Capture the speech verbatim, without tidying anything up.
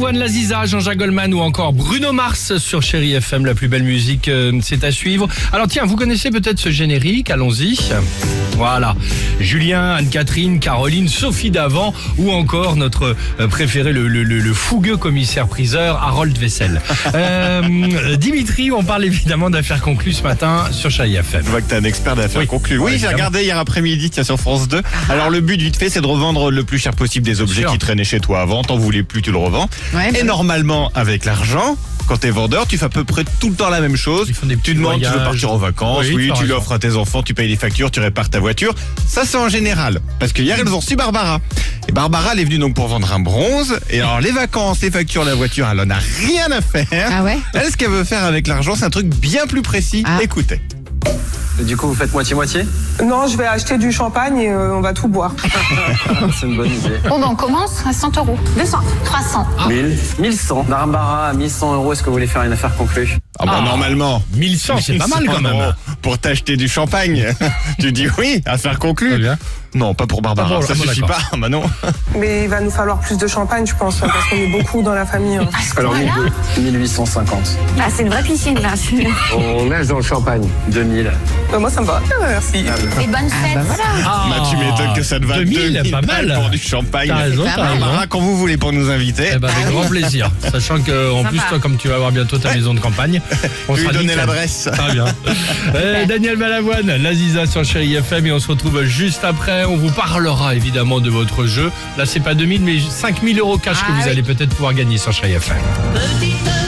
Balavoine, Laziza, Jean-Jacques Goldman ou encore Bruno Mars sur Chéri F M. La plus belle musique, euh, c'est à suivre. Alors tiens, vous connaissez peut-être ce générique, allons-y. Voilà, Julien, Anne-Catherine, Caroline, Sophie Davant ou encore notre préféré, le, le, le, le fougueux commissaire-priseur Harold Vessel. Euh, Dimitri, on parle évidemment d'affaires conclues ce matin sur Chéri F M. Je vois que t'es un expert d'affaires Oui. conclues. Oui, Ouais, j'ai évidemment. regardé hier après-midi, tiens, sur France deux. Alors le but vite fait, c'est de revendre le plus cher possible des objets sûr. qui traînaient chez toi avant. T'en voulais plus, tu le revends. Ouais, Et bah, normalement, avec l'argent, quand t'es vendeur, tu fais à peu près tout le temps la même chose. Ils font des petits Tu demandes, tu veux voyages. partir en vacances, Oui, oui, t'as tu raison. l'offres à tes enfants, tu payes les factures, tu répares ta voiture. Ça, c'est en général. Parce que hier, ils ont reçu Barbara. Et Barbara, elle est venue donc pour vendre un bronze. Et alors, les vacances, les factures, la voiture, elle en a rien à faire. Ah ouais? Elle, ce qu'elle veut faire avec l'argent, c'est un truc bien plus précis. Ah. Écoutez. Du coup, vous faites moitié-moitié? Non, je vais acheter du champagne et euh, on va tout boire. C'est une bonne idée. Bon, ben on commence à cent euros. deux cents. trois cents. mille, mille cent. Barbara, à mille cent euros, est-ce que vous voulez faire une affaire conclue? Ah bah Ah. normalement. mille cent, c'est pas mal quand même. Oh, pour t'acheter du champagne. Tu dis oui, affaire conclue. Très bien. Non, pas pour Barbara, Pas pour- ça ah bon, suffit d'accord. pas. Bah non. Mais il va nous falloir plus de champagne, je pense, parce qu'on est beaucoup dans la famille. hein. Alors, Voilà. mille huit cent cinquante. Ah, c'est une vraie piscine, là. On nage dans le champagne. deux mille. Bah, moi, ça me va. Ah, merci. Et bonne fête. bah voilà. Ah, Bah tu m'étonnes que ça te va deux mille, pas balles mal. pour du champagne. T'as raison, pas t'as mal. raison. Barbara, quand vous voulez pour nous inviter, Eh ben, avec grand plaisir. Sachant que, en Sympa. plus, toi, comme tu vas avoir bientôt ta maison de campagne, on je lui sera donner nickel. l'adresse. Très bien. Euh, Daniel Balavoine, Laziza sur Chéri F M et on se retrouve juste après. On vous parlera évidemment de votre jeu. Là, c'est pas deux mille, mais cinq mille euros cash Ah que vous oui. allez peut-être pouvoir gagner sur Chéri F M. Petite